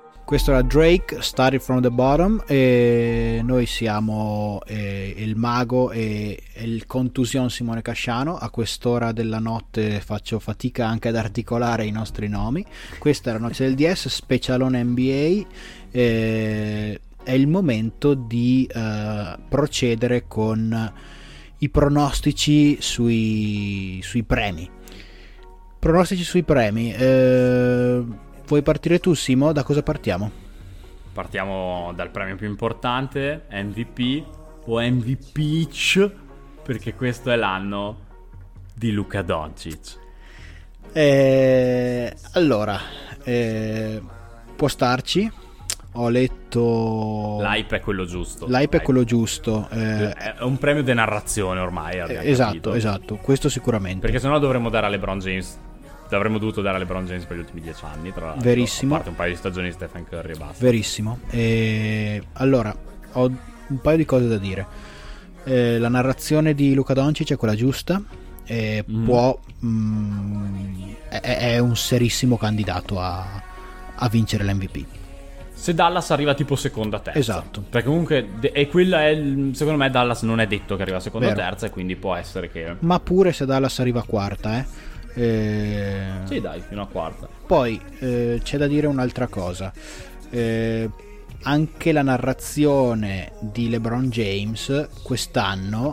Questo era Drake, Started from the Bottom, e noi siamo il mago e il contusion Simone Casciano. A quest'ora della notte faccio fatica anche ad articolare i nostri nomi. Questa era Noce del DS, specialone NBA. È il momento di procedere con i pronostici sui premi. Pronostici sui premi. Vuoi partire tu, Simo? Da cosa partiamo? Partiamo dal premio più importante, MVP o MVPic, perché questo è l'anno di Luka Doncic. Allora, può starci. Ho letto... L'hype è quello giusto. L'hype è quello giusto. È un premio di narrazione ormai. Esatto, questo sicuramente. Perché sennò dovremmo dare a LeBron James. L'avremmo dovuto dare a LeBron James per gli ultimi 10 anni, tra l'altro. Verissimo. A parte un paio di stagioni di Stephen Curry e basta. Verissimo. Allora, ho un paio di cose da dire. La narrazione di Luka Doncic è quella giusta. È un serissimo candidato a vincere l'MVP. Se Dallas arriva tipo seconda terza. Esatto. Perché comunque secondo me Dallas non è detto che arriva seconda o terza, e quindi può essere che... Ma pure se Dallas arriva quarta, Sì, dai, fino a quarta. Poi c'è da dire un'altra cosa. Anche la narrazione di LeBron James quest'anno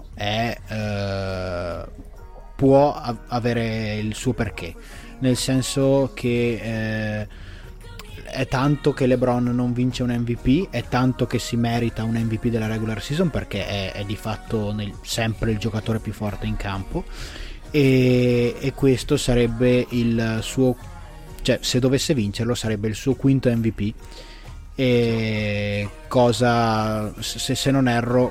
può avere il suo perché, nel senso che è tanto che LeBron non vince un MVP, è tanto che si merita un MVP della regular season, perché è di fatto sempre il giocatore più forte in campo, e questo sarebbe il suo, cioè se dovesse vincerlo sarebbe il suo quinto MVP, e cosa, se non erro,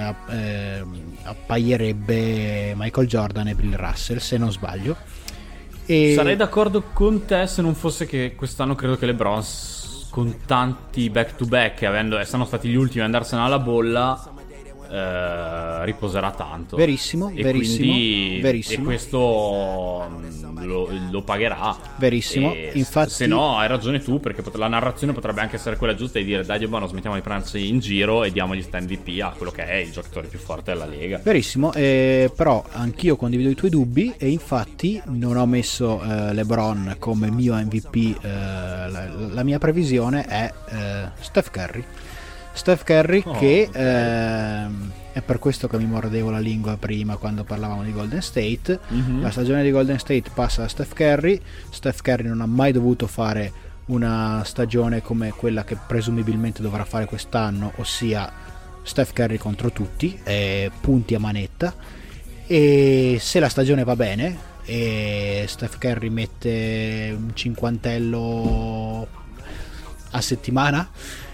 appaierebbe Michael Jordan e Bill Russell, se non sbaglio. Sarei d'accordo con te se non fosse che quest'anno credo che LeBron, con tanti back to back, essendo stati gli ultimi ad andarsene alla bolla, riposerà tanto. Verissimo. E questo lo pagherà. Verissimo. Infatti, se no hai ragione tu, perché la narrazione potrebbe anche essere quella giusta di dire: dai, buono, smettiamo di prendersi in giro e diamogli sta MVP a quello che è il giocatore più forte della Lega. Verissimo. Però anch'io condivido i tuoi dubbi, e infatti non ho messo LeBron come mio MVP. La mia previsione è Steph Curry, che è per questo che mi mordevo la lingua prima quando parlavamo di Golden State. La stagione di Golden State passa a Steph Curry non ha mai dovuto fare una stagione come quella che presumibilmente dovrà fare quest'anno, ossia Steph Curry contro tutti, punti a manetta, e se la stagione va bene e Steph Curry mette un cinquantello a settimana,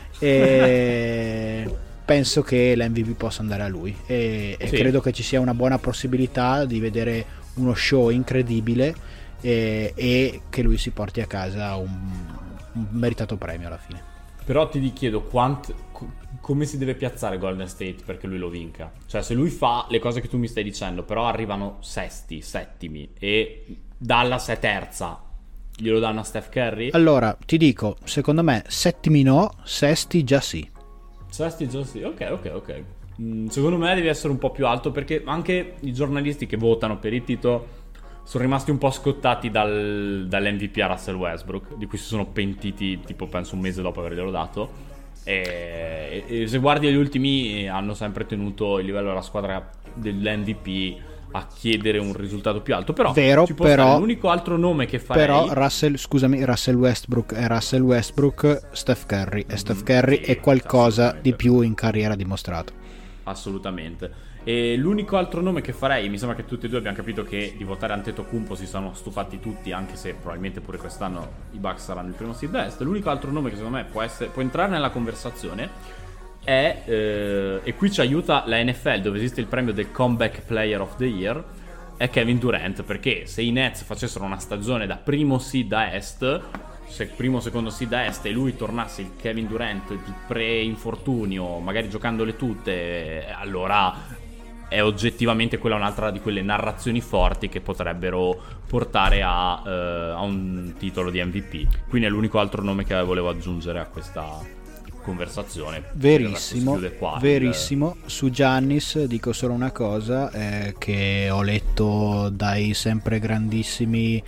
penso che l'MVP possa andare a lui, e sì, credo che ci sia una buona possibilità di vedere uno show incredibile, e che lui si porti a casa un meritato premio alla fine. Però ti chiedo come si deve piazzare Golden State perché lui lo vinca. Cioè, se lui fa le cose che tu mi stai dicendo, però arrivano sesti, settimi, e Dallas è terza, glielo danno a Steph Curry? Allora, ti dico, secondo me settimi no, sesti già sì. Sesti già sì, ok. Secondo me devi essere un po' più alto, perché anche i giornalisti che votano per il titolo sono rimasti un po' scottati dall'MVP a Russell Westbrook, di cui si sono pentiti tipo penso un mese dopo averglielo dato, e se guardi gli ultimi hanno sempre tenuto il livello della squadra dell'MVP a chiedere un risultato più alto. Però vero, ci può stare. L'unico altro nome che farei, però Russell Westbrook è Russell Westbrook, Steph Curry è Steph Curry, sì, è qualcosa di più in carriera dimostrato. Assolutamente. E l'unico altro nome che farei, mi sembra che tutti e due abbiamo capito che di votare Antetokounmpo si sono stufati tutti, anche se probabilmente pure quest'anno i Bucks saranno il primo seed est. L'unico altro nome che secondo me può entrare nella conversazione è, e qui ci aiuta la NFL, dove esiste il premio del Comeback Player of the Year, è Kevin Durant, perché se i Nets facessero una stagione da primo seed a est, se primo o secondo seed a est, e lui tornasse il Kevin Durant di pre-infortunio, magari giocandole tutte, allora è oggettivamente quella un'altra di quelle narrazioni forti che potrebbero portare a un titolo di MVP. Quindi è l'unico altro nome che volevo aggiungere a questa conversazione. Verissimo, verissimo. Su Giannis dico solo una cosa, che ho letto dai sempre grandissimi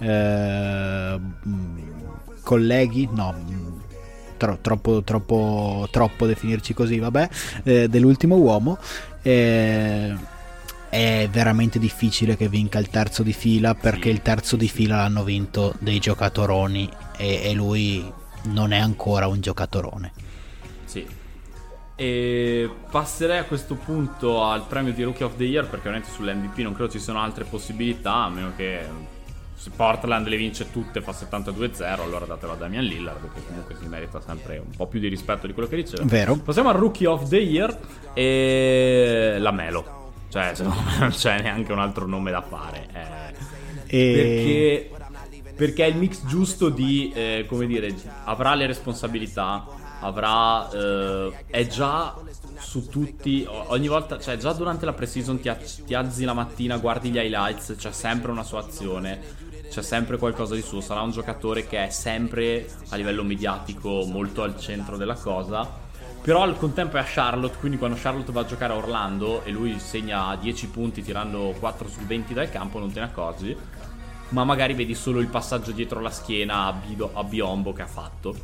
colleghi, no, troppo definirci così, vabbè, dell'ultimo uomo. È veramente difficile che vinca il terzo di fila, perché il terzo di fila l'hanno vinto dei giocatoroni e lui non è ancora un giocatorone. Sì. E passerei a questo punto al premio di Rookie of the Year, perché ovviamente sull'MVP non credo ci siano altre possibilità, a meno che se Portland le vince tutte fa 72-0, allora datelo a Damian Lillard, perché comunque si merita sempre un po' più di rispetto di quello che riceve. Vero. Passiamo al Rookie of the Year e la Melo. Cioè secondo me non c'è neanche un altro nome da fare, perché è il mix giusto di come dire, avrà le responsabilità, avrà è già su tutti, ogni volta, cioè già durante la pre-season ti alzi la mattina, guardi gli highlights, c'è sempre una sua azione, c'è sempre qualcosa di suo, sarà un giocatore che è sempre a livello mediatico molto al centro della cosa. Però al contempo è a Charlotte, quindi quando Charlotte va a giocare a Orlando e lui segna 10 punti tirando 4 su 20 dal campo, non te ne accorgi, ma magari vedi solo il passaggio dietro la schiena a Biyombo che ha fatto.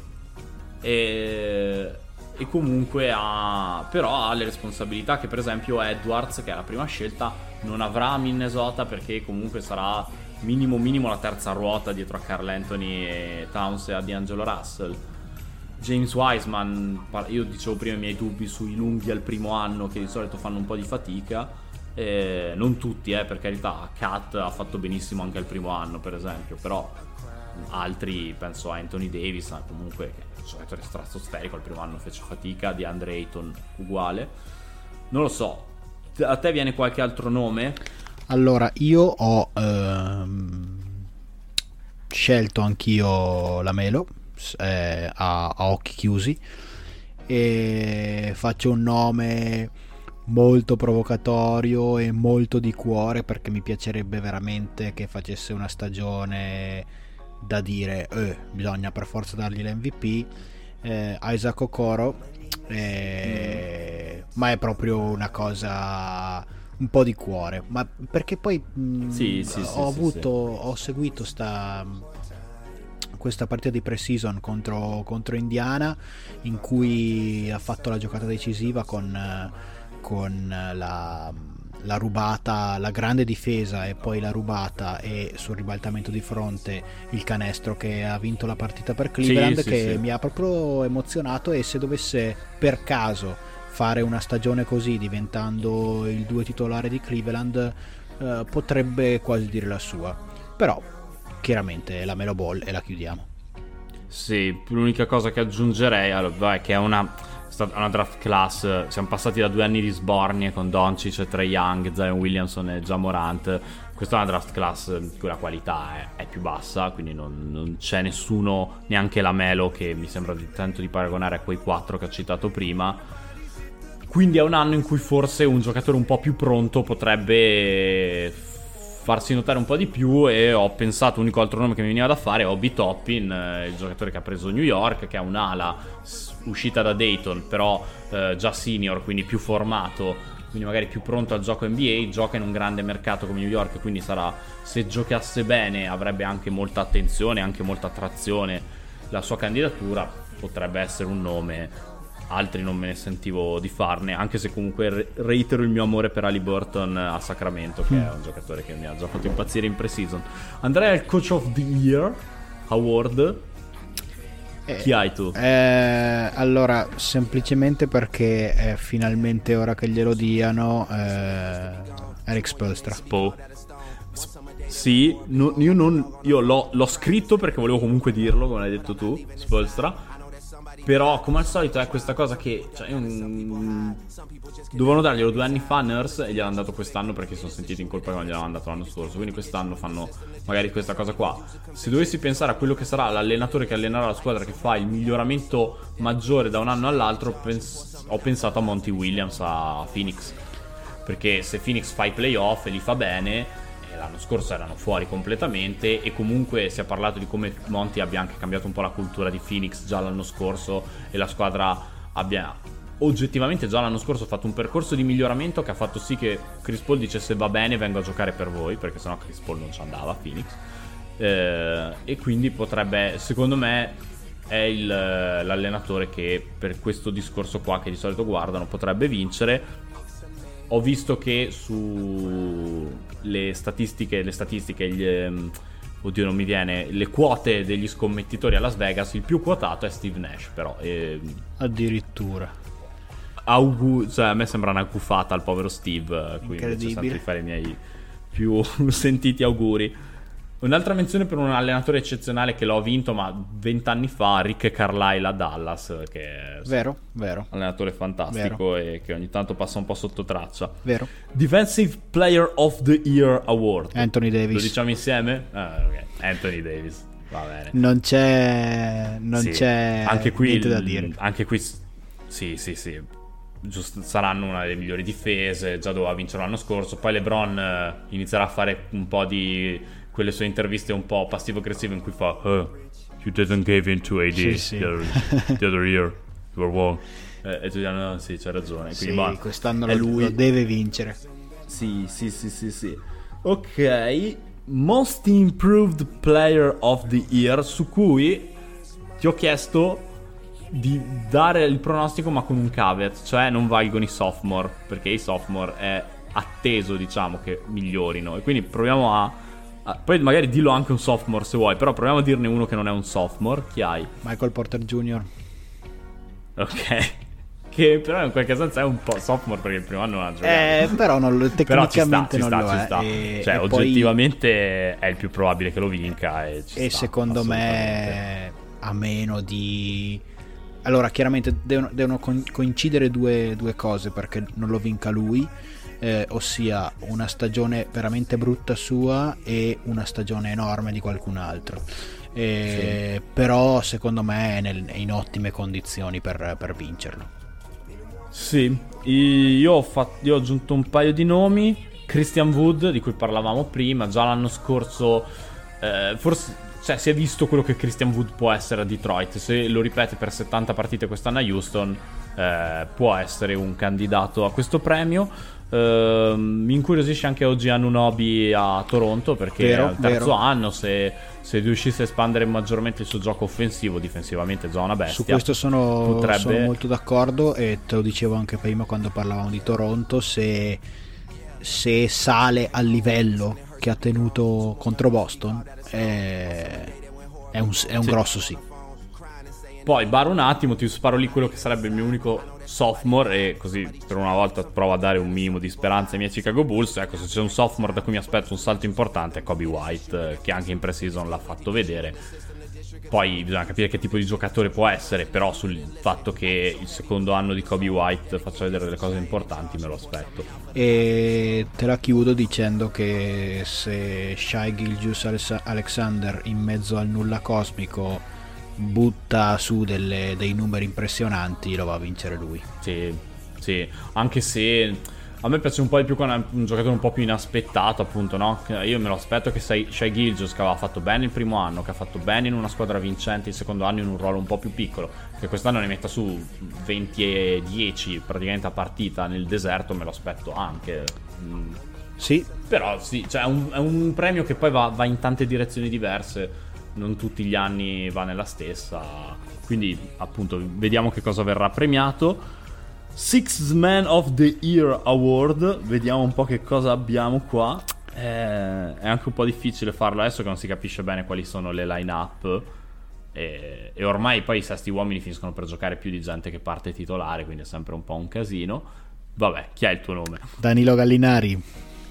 E comunque però ha le responsabilità che per esempio Edwards, che è la prima scelta, non avrà a Minnesota, perché comunque sarà minimo la terza ruota dietro a Karl Anthony e Towns e a D'Angelo Russell. James Wiseman, io dicevo prima i miei dubbi sui lunghi al primo anno, che di solito fanno un po' di fatica, non tutti, per carità. Kat ha fatto benissimo anche al primo anno per esempio, però altri, penso a Anthony Davis, comunque che è un giocatore stratosferico, al primo anno fece fatica. Di Andre Ayton uguale, non lo so. A te viene qualche altro nome? Allora io ho scelto anch'io la Melo a occhi chiusi, e faccio un nome molto provocatorio e molto di cuore, perché mi piacerebbe veramente che facesse una stagione da dire bisogna per forza dargli l'MVP, Isaac Okoro, ma è proprio una cosa un po' di cuore, ma perché poi ho seguito questa partita di pre-season contro Indiana, in cui ha fatto la giocata decisiva con la rubata, la grande difesa e poi la rubata, e sul ribaltamento di fronte il canestro che ha vinto la partita per Cleveland, mi ha proprio emozionato. E se dovesse per caso fare una stagione così, diventando il 2 titolare di Cleveland, potrebbe quasi dire la sua. Però chiaramente la Melo Ball e la chiudiamo. Sì, l'unica cosa che aggiungerei è che è una draft class. Siamo passati da 2 anni di sbornie con Doncic e Trae Young, Zion Williamson e Ja Morant. Questa è una draft class in cui la qualità è più bassa, quindi non c'è nessuno, neanche la Melo, che mi sembra tanto di paragonare a quei 4 che ho citato prima. Quindi è un anno in cui forse un giocatore un po' più pronto potrebbe farsi notare un po' di più, e ho pensato, l'unico altro nome che mi veniva da fare è Obi Toppin, il giocatore che ha preso New York, che è un'ala uscita da Dayton, però già senior, quindi più formato, quindi magari più pronto al gioco NBA, gioca in un grande mercato come New York, quindi sarà, se giocasse bene avrebbe anche molta attenzione, anche molta attrazione. La sua candidatura potrebbe essere un nome. Altri non me ne sentivo di farne, anche se comunque reitero il mio amore per Haliburton a Sacramento, che è un giocatore che mi ha già fatto impazzire in pre-season. Andrei al Coach of the Year Award. Chi hai tu? Allora, semplicemente perché è finalmente ora che glielo diano, Eric Spoelstra. Sì, io l'ho scritto perché volevo comunque dirlo, come hai detto tu, Spoelstra. Però come al solito è questa cosa che dovevano darglielo 2 anni fa Nurse, e gliel'hanno dato quest'anno perché sono sentiti in colpa che non gliel'hanno dato l'anno scorso. Quindi quest'anno fanno magari questa cosa qua. Se dovessi pensare a quello che sarà l'allenatore che allenerà la squadra, che fa il miglioramento maggiore da un anno all'altro, ho pensato a Monty Williams a Phoenix. perché se Phoenix fa i playoff e li fa bene, l'anno scorso erano fuori completamente, e comunque si è parlato di come Monty abbia anche cambiato un po' la cultura di Phoenix già l'anno scorso, e la squadra abbia oggettivamente già l'anno scorso fatto un percorso di miglioramento che ha fatto sì che Chris Paul dicesse va bene, vengo a giocare per voi, perché sennò Chris Paul non ci andava a Phoenix, e quindi potrebbe, secondo me è l'allenatore che per questo discorso qua che di solito guardano potrebbe vincere. Ho visto che su le statistiche oddio non mi viene, le quote degli scommettitori a Las Vegas, il più quotato è Steve Nash, però addirittura cioè, a me sembra una cuffata al povero Steve, quindi invece sento di fare i miei più sentiti auguri. Un'altra menzione per un allenatore eccezionale che l'ho vinto ma 20 anni fa, Rick Carlisle a Dallas, che è vero allenatore fantastico, e che ogni tanto passa un po' sotto traccia. Vero. Defensive Player of the Year Award, Anthony Davis. Lo diciamo insieme? Ok. Anthony Davis, va bene. Non c'è anche qui niente da dire. Anche qui sì. Giusto, saranno una delle migliori difese, già doveva vincere l'anno scorso. Poi LeBron inizierà a fare un po' di quelle sue interviste un po' passivo-aggressive in cui fa you didn't give in to AD the other year, you were wrong, e tu dici no, sì, c'hai ragione. Quindi, quest'anno lui lo deve vincere. Sì. Ok, Most Improved Player of the Year, su cui ti ho chiesto di dare il pronostico ma con un caveat, cioè non valgono i sophomore, perché i sophomore è atteso, diciamo, che migliorino, e quindi proviamo poi magari dillo anche un sophomore se vuoi, però proviamo a dirne uno che non è un sophomore. Chi hai? Michael Porter Jr. Ok, che però in qualche senso è un po' sophomore perché il primo anno non ha giocato, però tecnicamente però non lo è. Cioè oggettivamente poi è il più probabile che lo vinca, e secondo me, a meno di... Allora, chiaramente devono coincidere due cose perché non lo vinca lui, ossia una stagione veramente brutta sua e una stagione enorme di qualcun altro. Però secondo me è in ottime condizioni per vincerlo. Sì, io ho aggiunto un paio di nomi. Christian Wood, di cui parlavamo prima, già l'anno scorso forse... Cioè, si è visto quello che Christian Wood può essere a Detroit. Se lo ripete per 70 partite quest'anno a Houston, può essere un candidato a questo premio. Mi incuriosisce anche oggi Anunoby a Toronto, perché è al terzo anno. Se riuscisse a espandere maggiormente il suo gioco offensivo, difensivamente è già una bestia. Su questo sono molto d'accordo, e te lo dicevo anche prima quando parlavamo di Toronto. Se sale al livello che ha tenuto contro Boston, è un grosso sì. Poi baro un attimo, ti sparo lì quello che sarebbe il mio unico sophomore, e così per una volta provo a dare un minimo di speranza ai miei Chicago Bulls. Ecco, se c'è un sophomore da cui mi aspetto un salto importante è Coby White, che anche in pre-season l'ha fatto vedere. Poi bisogna capire che tipo di giocatore può essere, però sul fatto che il secondo anno di Coby White faccia vedere delle cose importanti me lo aspetto. E te la chiudo dicendo che se Shai Gilgeous-Alexander in mezzo al nulla cosmico butta su dei numeri impressionanti, lo va a vincere lui. Sì, anche se a me piace un po' di più quando è un giocatore un po' più inaspettato, appunto, no? Io me lo aspetto che Shai Gilgeous, che aveva fatto bene il primo anno, che ha fatto bene in una squadra vincente il secondo anno in un ruolo un po' più piccolo, che quest'anno ne metta su 20 e 10 praticamente a partita nel deserto, me lo aspetto anche. Sì. Però sì, cioè è un premio che poi va in tante direzioni diverse, non tutti gli anni va nella stessa, quindi appunto vediamo che cosa verrà premiato. Sixth Man of the Year Award, vediamo un po' che cosa abbiamo qua. È anche un po' difficile farlo adesso che non si capisce bene quali sono le line-up, e ormai poi i sesti uomini finiscono per giocare più di gente che parte titolare, quindi è sempre un po' un casino. Vabbè, chi ha il tuo nome? Danilo Gallinari.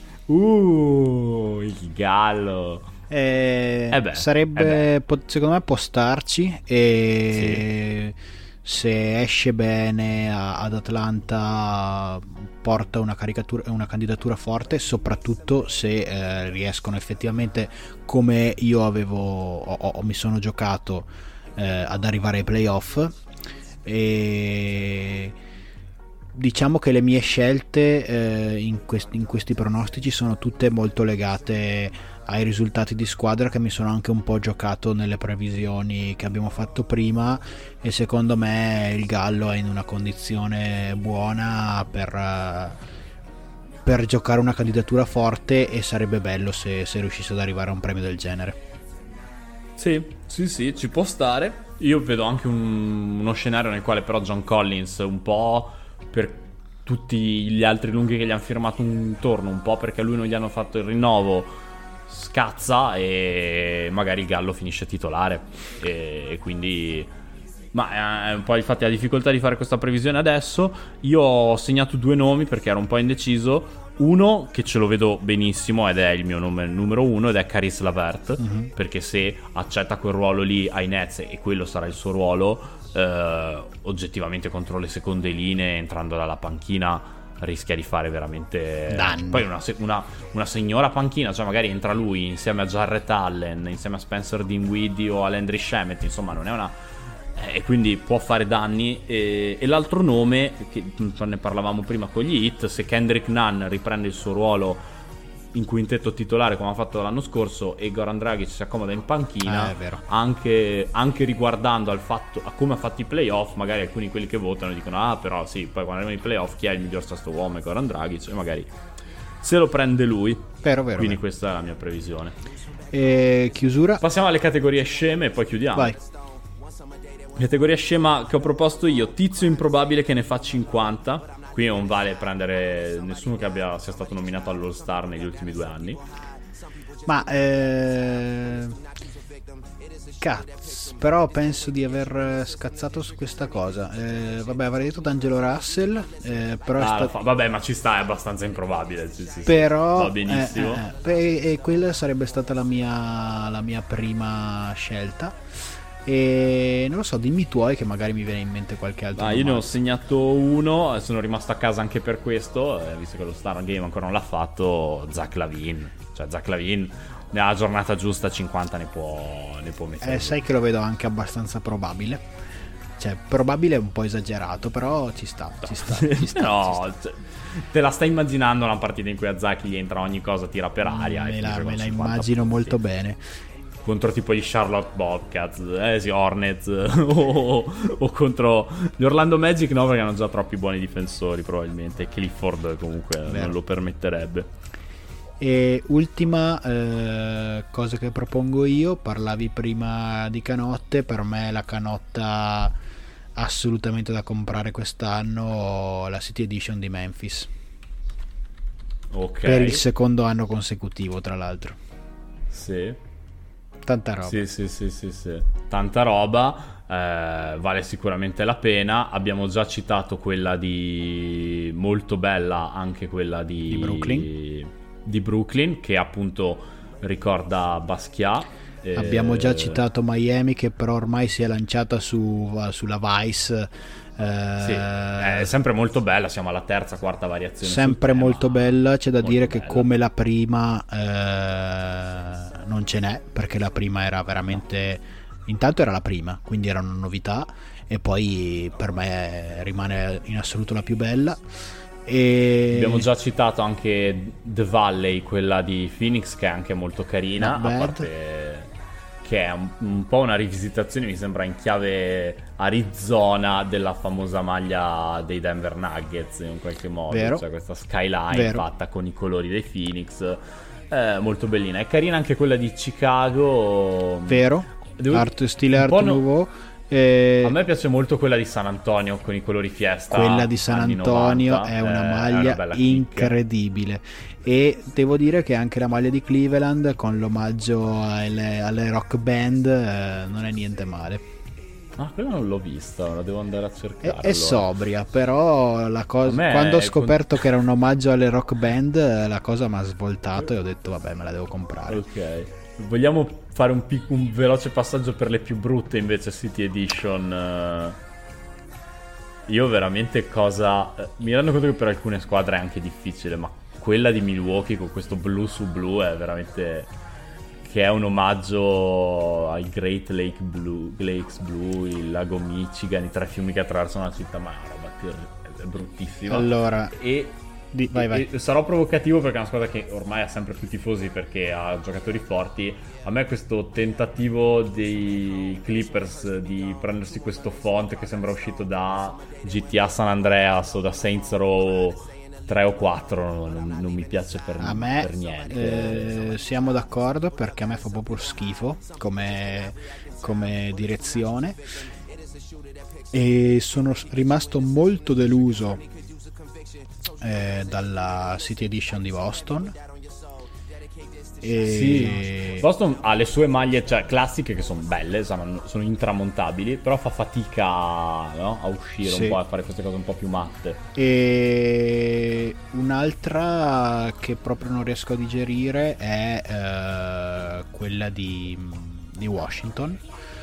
Il gallo. Sarebbe secondo me può starci, e sì. Se esce bene ad Atlanta porta una candidatura forte, soprattutto se riescono effettivamente, come io mi sono giocato, ad arrivare ai playoff. E diciamo che le mie scelte in questi pronostici sono tutte molto legate ai risultati di squadra, che mi sono anche un po' giocato nelle previsioni che abbiamo fatto prima, e secondo me il Gallo è in una condizione buona per giocare una candidatura forte, e sarebbe bello se riuscisse ad arrivare a un premio del genere. Sì, ci può stare. Io vedo anche uno scenario nel quale però John Collins, un po' per tutti gli altri lunghi che gli hanno firmato un torno, un po' perché a lui non gli hanno fatto il rinnovo, scazza e magari il Gallo finisce titolare. E quindi... Ma poi infatti ha difficoltà di fare questa previsione adesso. Io ho segnato 2 nomi perché ero un po' indeciso. Uno che ce lo vedo benissimo ed è il mio nome numero 1, ed è Caris LeVert, perché se accetta quel ruolo lì ai Nets, e quello sarà il suo ruolo, oggettivamente contro le seconde linee, entrando dalla panchina, rischia di fare veramente danni. Poi una signora panchina, cioè magari entra lui insieme a Jarrett Allen, insieme a Spencer Dinwiddie o a Landry Shamet, insomma non è una... e quindi può fare danni. E l'altro nome, che ne parlavamo prima con gli Heat, se Kendrick Nunn riprende il suo ruolo in quintetto titolare come ha fatto l'anno scorso e Goran Dragic si accomoda in panchina, È vero. anche riguardando al fatto a come ha fatto i playoff, magari alcuni di quelli che votano dicono però sì, poi quando arrivano i playoff chi è il miglior sesto uomo è Goran Dragic, e magari se lo prende lui. Vero. Quindi questa è la mia previsione. E chiusura. Passiamo alle categorie sceme e poi chiudiamo. Vai. Categoria scema che ho proposto io: tizio improbabile che ne fa 50. Qui non vale prendere nessuno che sia stato nominato all'All Star negli ultimi 2 anni. Ma cazzo, però penso di aver scazzato su questa cosa. Vabbè, avrei detto D'Angelo Russell, però vabbè, ma ci sta, è abbastanza improbabile. Sì, però va benissimo. E quella sarebbe stata la mia prima scelta. E non lo so, dimmi i tuoi, che magari mi viene in mente qualche altro. Io ne ho segnato uno, sono rimasto a casa anche per questo, visto che lo Star Game ancora non l'ha fatto. Zach LaVine. Cioè Zach LaVine nella giornata giusta 50 ne può mettere. Sai che lo vedo anche abbastanza probabile. Cioè probabile è un po' esagerato, però ci sta. No, cioè, te la stai immaginando una partita in cui a Zach gli entra ogni cosa, tira per aria? Me la immagino molto bene. Contro tipo gli Charlotte Bobcats, Hornets o contro gli Orlando Magic, no, perché hanno già troppi buoni difensori probabilmente, e Clifford comunque non lo permetterebbe. E ultima cosa che propongo io, parlavi prima di canotte, per me la canotta assolutamente da comprare quest'anno, la City Edition di Memphis. Ok. Per il secondo anno consecutivo, tra l'altro. Sì. Tanta roba. Sì. Tanta roba, vale sicuramente la pena. Abbiamo già citato quella di molto bella, anche quella di Brooklyn, che appunto ricorda Basquiat. Abbiamo già citato Miami, che però ormai si è lanciata sulla Vice. Sì, è sempre molto bella, siamo alla terza, quarta variazione. Sempre molto bella, c'è da dire bella. che come la prima non ce n'è, perché la prima era veramente... Intanto era la prima, quindi era una novità, e poi per me rimane in assoluto la più bella. E... abbiamo già citato anche The Valley, quella di Phoenix, che è anche molto carina, a parte che è un po' una rivisitazione, mi sembra, in chiave Arizona della famosa maglia dei Denver Nuggets, in qualche modo. Vero. Cioè questa skyline fatta con i colori dei Phoenix, molto bellina. È carina anche quella di Chicago. Vero. Stile Art Nouveau. A me piace molto quella di San Antonio con i colori fiesta. Quella di San Antonio 90, è una maglia incredibile. E devo dire che anche la maglia di Cleveland con l'omaggio alle rock band non è niente male. Quella non l'ho vista, la devo andare a cercare. È sobria, però la cosa, quando ho scoperto che era un omaggio alle rock band, la cosa mi ha svoltato e ho detto vabbè, me la devo comprare. Ok. Vogliamo fare un veloce passaggio per le più brutte invece City Edition? Io veramente mi rendo conto che per alcune squadre è anche difficile, ma quella di Milwaukee con questo blu su blu è veramente, che è un omaggio al Great Lakes Blue, il lago Michigan, i 3 fiumi che attraversano la città, ma è una roba è bruttissima. Allora, vai. E sarò provocativo perché è una squadra che ormai ha sempre più tifosi perché ha giocatori forti. A me questo tentativo dei Clippers di prendersi questo font che sembra uscito da GTA San Andreas o da Saints Row 3 o 4 non mi piace per niente. Siamo d'accordo, perché a me fa proprio schifo come direzione, e sono rimasto molto deluso dalla City Edition di Boston. Sì, Boston ha le sue maglie, cioè, classiche, che sono belle, sono intramontabili, però fa fatica, no? A uscire un po', a fare queste cose un po' più matte. E un'altra che proprio non riesco a digerire è quella di Washington.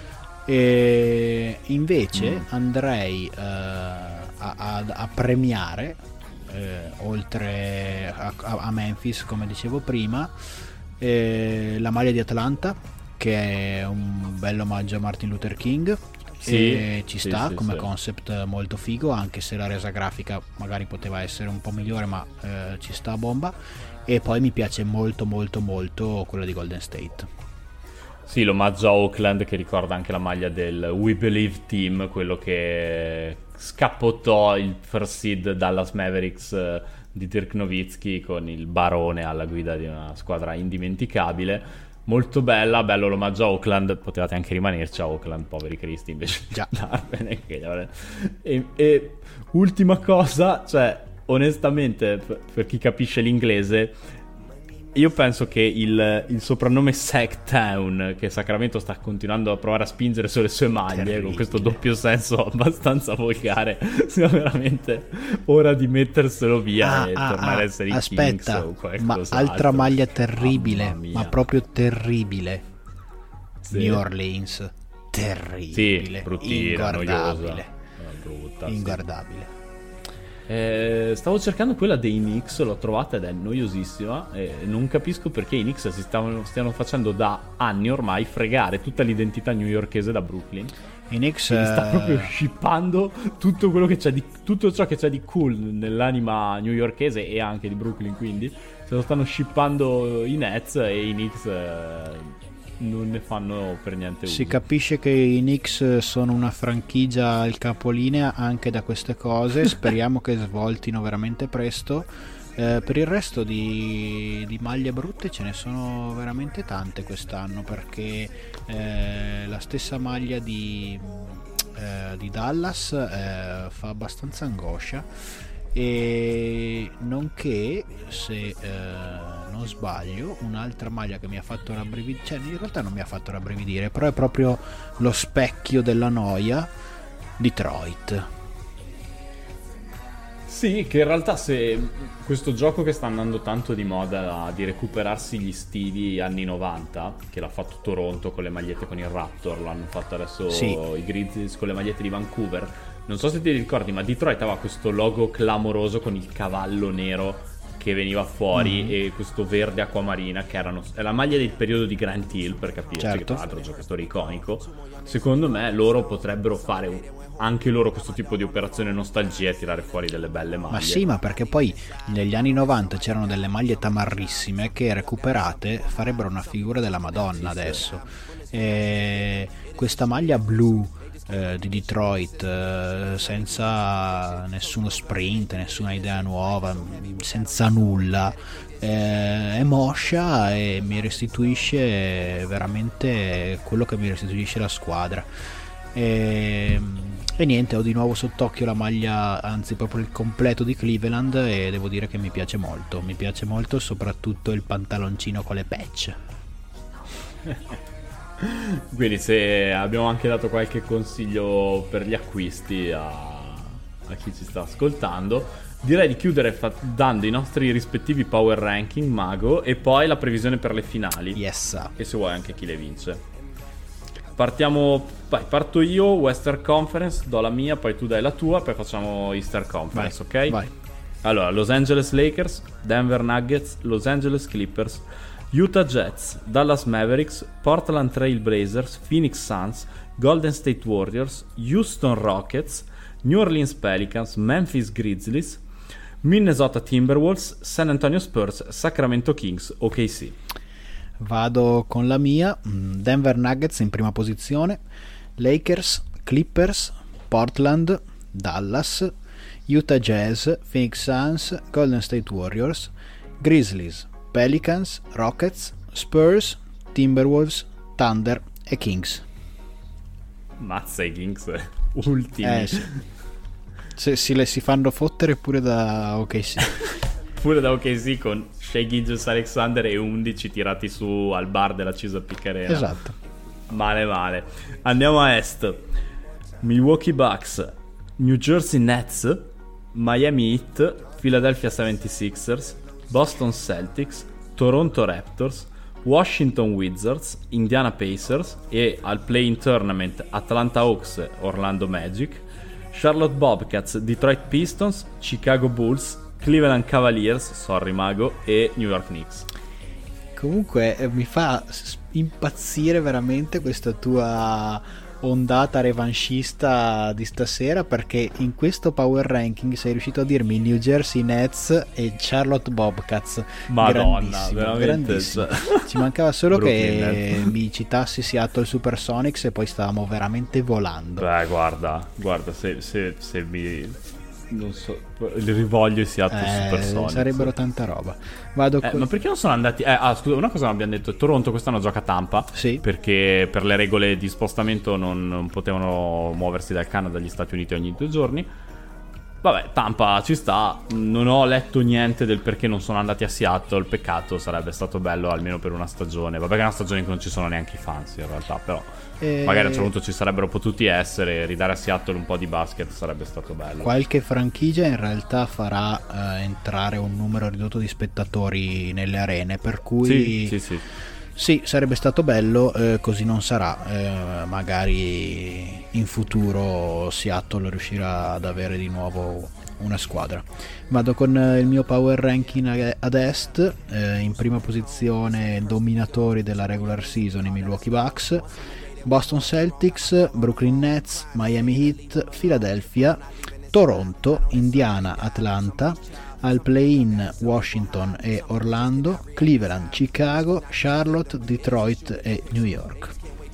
E invece andrei a premiare, oltre a Memphis, come dicevo prima, la maglia di Atlanta, che è un bello omaggio a Martin Luther King. Ci sta come concept, molto figo, anche se la resa grafica magari poteva essere un po' migliore, ma ci sta a bomba. E poi mi piace molto molto molto quella di Golden State. Sì, l'omaggio a Oakland, che ricorda anche la maglia del We Believe Team, quello che scappottò il first seed Dallas Mavericks di Dirk Nowitzki, con il barone alla guida di una squadra indimenticabile. Molto bella, bello l'omaggio a Oakland. Potevate anche rimanerci a Oakland, poveri cristi, invece di andarvene. E ultima cosa, cioè, onestamente, per chi capisce l'inglese, io penso che il soprannome Sacktown, che Sacramento sta continuando a provare a spingere sulle sue maglie, con questo doppio senso abbastanza volgare, sia veramente ora di metterselo via e tornare a essere i Kings o qualcosa. Altra maglia terribile, ma proprio terribile. Sì. New Orleans, terribile, sì, bruttina, inguardabile, brutta, inguardabile. Stavo cercando quella dei Knicks, l'ho trovata ed è noiosissima, e non capisco perché i Knicks stiano facendo da anni ormai fregare tutta l'identità newyorkese da Brooklyn. I Knicks sta proprio shippando tutto quello che c'è tutto ciò che c'è di cool nell'anima newyorkese e anche di Brooklyn, quindi se lo stanno shippando i Nets, e i Knicks non ne fanno per niente uso. Si capisce che i Knicks sono una franchigia al capolinea anche da queste cose. Speriamo che svoltino veramente presto. Per il resto di maglie brutte ce ne sono veramente tante quest'anno, perché la stessa maglia di Dallas fa abbastanza angoscia. E nonché, se non sbaglio, un'altra maglia che mi ha fatto rabbrividire, cioè in realtà non mi ha fatto rabbrividire, però è proprio lo specchio della noia, Detroit. Sì, che in realtà, se questo gioco che sta andando tanto di moda di recuperarsi gli stili anni 90, che l'ha fatto Toronto con le magliette con il Raptor, l'hanno fatto adesso i Grizzlies con le magliette di Vancouver. Non so se ti ricordi, ma Detroit aveva questo logo clamoroso con il cavallo nero che veniva fuori e questo verde acquamarina, che è la maglia del periodo di Grant Hill, per capirci, che tra l'altro è un giocatore iconico. Secondo me loro potrebbero fare anche loro questo tipo di operazione nostalgia e tirare fuori delle belle maglie. Ma sì, ma perché poi negli anni 90 c'erano delle maglie tamarrissime che, recuperate, farebbero una figura della Madonna adesso. E questa maglia blu di Detroit, senza nessuno sprint, nessuna idea nuova, senza nulla, è moscia e mi restituisce veramente quello che mi restituisce la squadra. E niente, ho di nuovo sott'occhio la maglia, anzi proprio il completo di Cleveland, e devo dire che mi piace molto soprattutto il pantaloncino con le patch. Quindi, se abbiamo anche dato qualche consiglio per gli acquisti a chi ci sta ascoltando, direi di chiudere dando i nostri rispettivi power ranking, Mago, e poi la previsione per le finali. Yes. E se vuoi anche chi le vince. Parto io, Western Conference, do la mia, poi tu dai la tua, poi facciamo Eastern Conference, ok? Vai. Allora, Los Angeles Lakers, Denver Nuggets, Los Angeles Clippers, Utah Jazz, Dallas Mavericks, Portland Trail Blazers, Phoenix Suns, Golden State Warriors, Houston Rockets, New Orleans Pelicans, Memphis Grizzlies, Minnesota Timberwolves, San Antonio Spurs, Sacramento Kings, OKC. Vado con la mia: Denver Nuggets in prima posizione, Lakers, Clippers, Portland, Dallas, Utah Jazz, Phoenix Suns, Golden State Warriors, Grizzlies, Pelicans, Rockets, Spurs, Timberwolves, Thunder e Kings. Mazza, i Kings ultimi. Sì. Si fanno fottere pure da OKC. Pure da OKC con Shai Gilgeous-Alexander e 11 tirati su al bar della Chesapeake Arena. Esatto. Male. Andiamo a est. Milwaukee Bucks, New Jersey Nets, Miami Heat, Philadelphia 76ers, Boston Celtics, Toronto Raptors, Washington Wizards, Indiana Pacers e al play-in tournament Atlanta Hawks, Orlando Magic, Charlotte Bobcats, Detroit Pistons, Chicago Bulls, Cleveland Cavaliers, sorry Mago, e New York Knicks. Comunque mi fa impazzire veramente questa tua ondata revanchista di stasera, perché in questo power ranking sei riuscito a dirmi New Jersey Nets e Charlotte Bobcats. Madonna, grandissimo. Ci mancava solo che mi citassi Seattle Supersonics e poi stavamo veramente volando. Beh, guarda, se mi... non so, li rivoglio i Seattle Supersonics. Sarebbero tanta roba. Vado ma perché non sono andati? Scusa, una cosa non abbiamo detto. Toronto quest'anno gioca a Tampa. Sì. Perché per le regole di spostamento non potevano muoversi dal Canada agli Stati Uniti ogni 2 giorni. Vabbè, Tampa ci sta. Non ho letto niente del perché non sono andati a Seattle. Peccato, sarebbe stato bello almeno per una stagione. Vabbè, che è una stagione in cui non ci sono neanche i fans in realtà, però magari a un certo punto ci sarebbero potuti essere. Ridare a Seattle un po' di basket sarebbe stato bello. Qualche franchigia in realtà farà entrare un numero ridotto di spettatori nelle arene, per cui sì, sarebbe stato bello. Così non sarà. Magari in futuro Seattle riuscirà ad avere di nuovo una squadra. Vado con il mio power ranking ad est. In prima posizione dominatori della regular season i Milwaukee Bucks, Boston Celtics, Brooklyn Nets, Miami Heat, Philadelphia, Toronto, Indiana, Atlanta, al play-in Washington e Orlando, Cleveland, Chicago, Charlotte, Detroit e New York.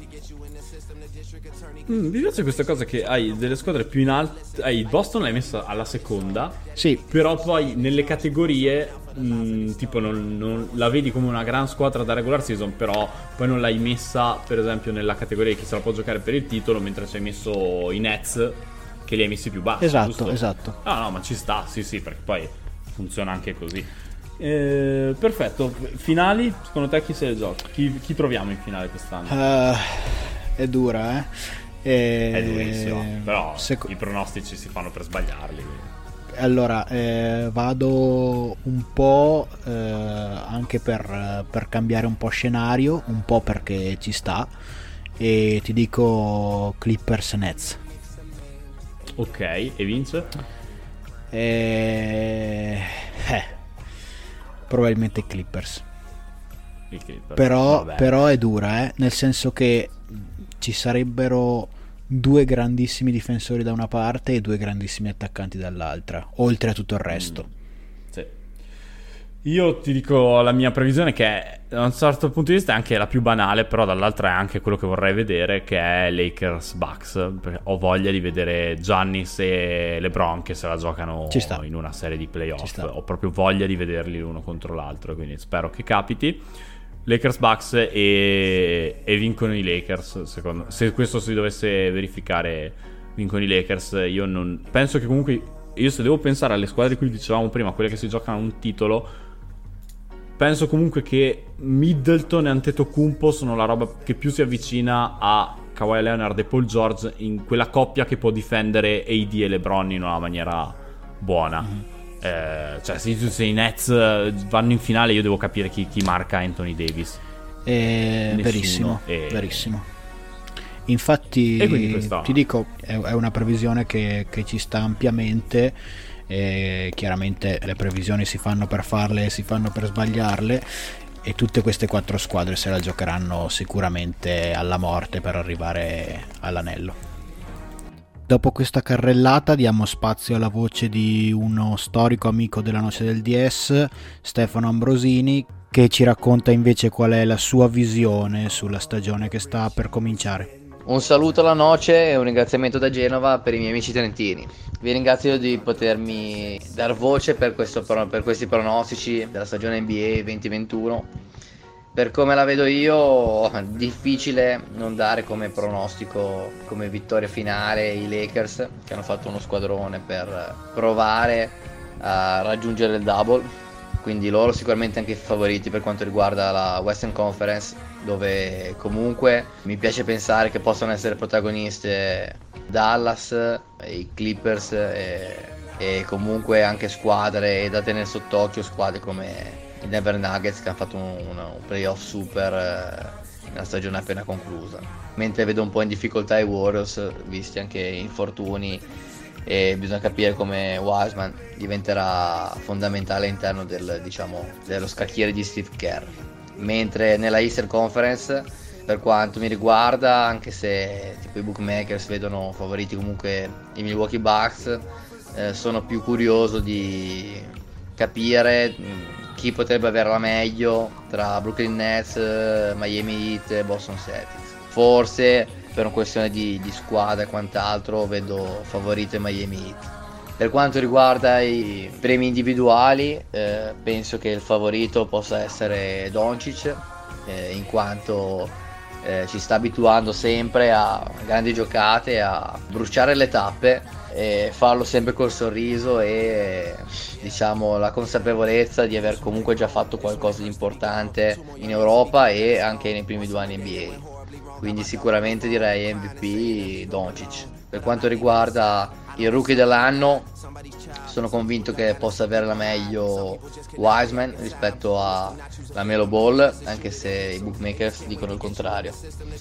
Mi piace questa cosa che hai delle squadre più in alto. Boston l'hai messa alla seconda. Sì. Però poi nelle categorie tipo non la vedi come una gran squadra da regular season, però poi non l'hai messa per esempio nella categoria che se la può giocare per il titolo, mentre ci hai messo i Nets che li hai messi più bassi. Esatto. No, ma ci sta, sì, perché poi funziona anche così. Perfetto. Finali, secondo te chi se le gioca? Chi troviamo in finale quest'anno? È dura, È durissimo, però i pronostici si fanno per sbagliarli. Allora, vado un po' anche per cambiare un po' scenario, un po' perché ci sta, e ti dico Clippers Nets. Ok, e vince? Probabilmente Clippers. Clippers. Però è dura, nel senso che ci sarebbero 2 grandissimi difensori da una parte e 2 grandissimi attaccanti dall'altra, oltre a tutto il resto. Sì. Io ti dico la mia previsione, che da un certo punto di vista è anche la più banale, però dall'altra è anche quello che vorrei vedere, che è Lakers Bucks, perché ho voglia di vedere Giannis e LeBron che se la giocano in una serie di playoff. Ho proprio voglia di vederli l'uno contro l'altro, quindi spero che capiti. Lakers Bucks e vincono i Lakers. Se questo si dovesse verificare, vincono i Lakers. Io non penso che comunque, io se devo pensare alle squadre di cui dicevamo prima, quelle che si giocano un titolo, penso comunque che Middleton e Antetokounmpo sono la roba che più si avvicina a Kawhi Leonard e Paul George, in quella coppia che può difendere AD e LeBron in una maniera buona. Cioè se i Nets vanno in finale, io devo capire chi marca Anthony Davis. Verissimo. Infatti ti dico, è una previsione che ci sta ampiamente. Chiaramente le previsioni si fanno per farle e si fanno per sbagliarle, e tutte queste 4 squadre se la giocheranno sicuramente alla morte per arrivare all'anello. Dopo questa carrellata diamo spazio alla voce di uno storico amico della Noce del DS, Stefano Ambrosini, che ci racconta invece qual è la sua visione sulla stagione che sta per cominciare. Un saluto alla Noce e un ringraziamento da Genova per i miei amici trentini. Vi ringrazio di potermi dar voce per questi pronostici della stagione NBA 2021. Per come la vedo io, difficile non dare come pronostico, come vittoria finale, i Lakers, che hanno fatto uno squadrone per provare a raggiungere il double. Quindi loro sicuramente anche i favoriti per quanto riguarda la Western Conference, dove comunque mi piace pensare che possano essere protagoniste Dallas, i Clippers e comunque anche squadre da tenere sott'occhio, squadre come i Denver Nuggets, che hanno fatto un playoff super nella stagione appena conclusa, mentre vedo un po' in difficoltà i Warriors, visti anche infortuni, e bisogna capire come Wiseman diventerà fondamentale all'interno dello scacchiere di Steve Kerr. Mentre nella Eastern Conference, per quanto mi riguarda, anche se tipo i bookmakers vedono favoriti comunque i Milwaukee Bucks, sono più curioso di capire chi potrebbe averla meglio tra Brooklyn Nets, Miami Heat e Boston Celtics. Forse per una questione di squadra e quant'altro vedo favorito Miami Heat. Per quanto riguarda i premi individuali, penso che il favorito possa essere Doncic, in quanto ci sta abituando sempre a grandi giocate, a bruciare le tappe e farlo sempre col sorriso e la consapevolezza di aver comunque già fatto qualcosa di importante in Europa e anche nei primi 2 anni NBA. Quindi sicuramente direi MVP Doncic. Per quanto riguarda il rookie dell'anno, sono convinto che possa avere la meglio Wiseman rispetto a la Melo Ball, anche se i bookmakers dicono il contrario.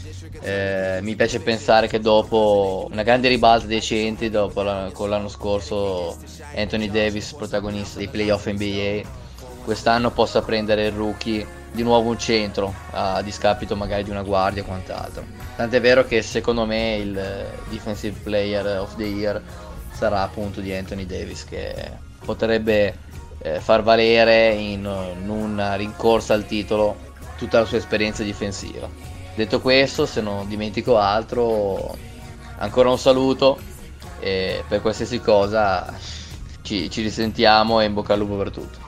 Mi piace pensare che dopo una grande ribalta dei centri, con l'anno scorso Anthony Davis protagonista dei playoff NBA, quest'anno possa prendere il rookie di nuovo un centro a discapito magari di una guardia o quant'altro. Tant'è vero che secondo me il Defensive Player of the Year sarà appunto di Anthony Davis, che potrebbe far valere in una rincorsa al titolo tutta la sua esperienza difensiva. Detto questo, se non dimentico altro, ancora un saluto e per qualsiasi cosa ci risentiamo e in bocca al lupo per tutto.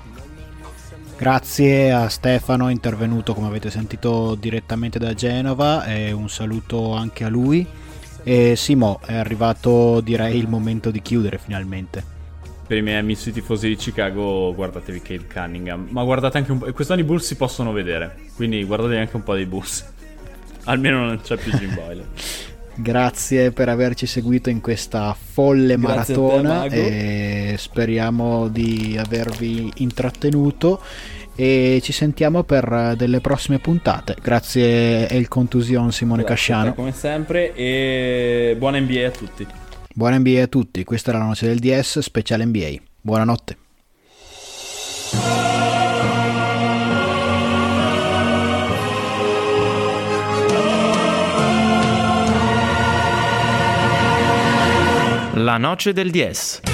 Grazie a Stefano, intervenuto come avete sentito direttamente da Genova, e un saluto anche a lui. E Simo, è arrivato direi il momento di chiudere finalmente. Per i miei amici tifosi di Chicago, guardatevi Cade Cunningham, ma guardate anche un po', quest'anno i Bulls si possono vedere, quindi guardatevi anche un po' dei Bulls. Almeno non c'è più Jim Boylan. Grazie per averci seguito in questa folle maratona e speriamo di avervi intrattenuto, e ci sentiamo per delle prossime puntate. Grazie El Contusion Simone Casciano, come sempre, e buona NBA a tutti. Buona NBA a tutti, questa è la Noce del DS speciale NBA. Buonanotte. La Noce del DS.